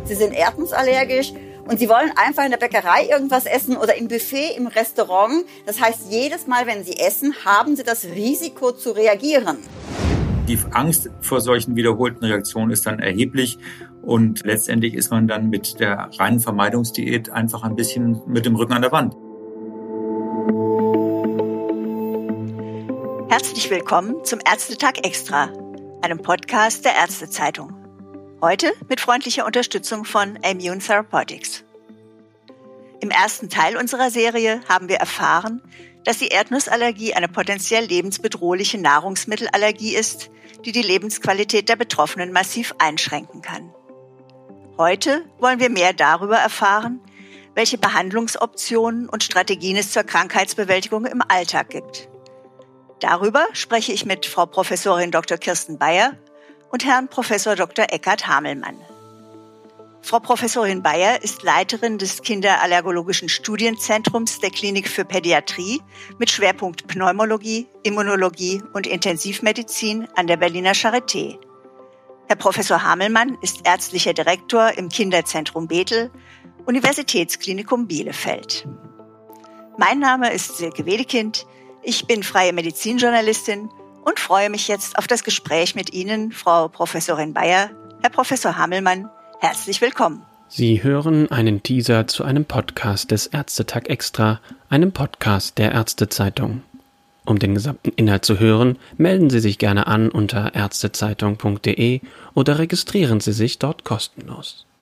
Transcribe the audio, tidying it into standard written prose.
Sie sind erdnussallergisch und Sie wollen einfach in der Bäckerei irgendwas essen oder im Buffet, im Restaurant. Das heißt, jedes Mal, wenn Sie essen, haben Sie das Risiko zu reagieren. Die Angst vor solchen wiederholten Reaktionen ist dann erheblich und letztendlich ist man dann mit der reinen Vermeidungsdiät einfach ein bisschen mit dem Rücken an der Wand. Herzlich willkommen zum Ärztetag Extra, einem Podcast der Ärztezeitung. Heute mit freundlicher Unterstützung von Immune Therapeutics. Im ersten Teil unserer Serie haben wir erfahren, dass die Erdnussallergie eine potenziell lebensbedrohliche Nahrungsmittelallergie ist, die die Lebensqualität der Betroffenen massiv einschränken kann. Heute wollen wir mehr darüber erfahren, welche Behandlungsoptionen und Strategien es zur Krankheitsbewältigung im Alltag gibt. Darüber spreche ich mit Frau Professorin Dr. Kirsten Bayer und Herrn Professor Dr. Eckhard Hamelmann. Frau Professorin Bayer ist Leiterin des Kinderallergologischen Studienzentrums der Klinik für Pädiatrie mit Schwerpunkt Pneumologie, Immunologie und Intensivmedizin an der Berliner Charité. Herr Professor Hamelmann ist ärztlicher Direktor im Kinderzentrum Bethel, Universitätsklinikum Bielefeld. Mein Name ist Silke Wedekind. Ich bin freie Medizinjournalistin und freue mich jetzt auf das Gespräch mit Ihnen, Frau Professorin Bayer, Herr Professor Hamelmann. Herzlich willkommen. Sie hören einen Teaser zu einem Podcast des Ärztetag Extra, einem Podcast der Ärztezeitung. Um den gesamten Inhalt zu hören, melden Sie sich gerne an unter ärztezeitung.de oder registrieren Sie sich dort kostenlos.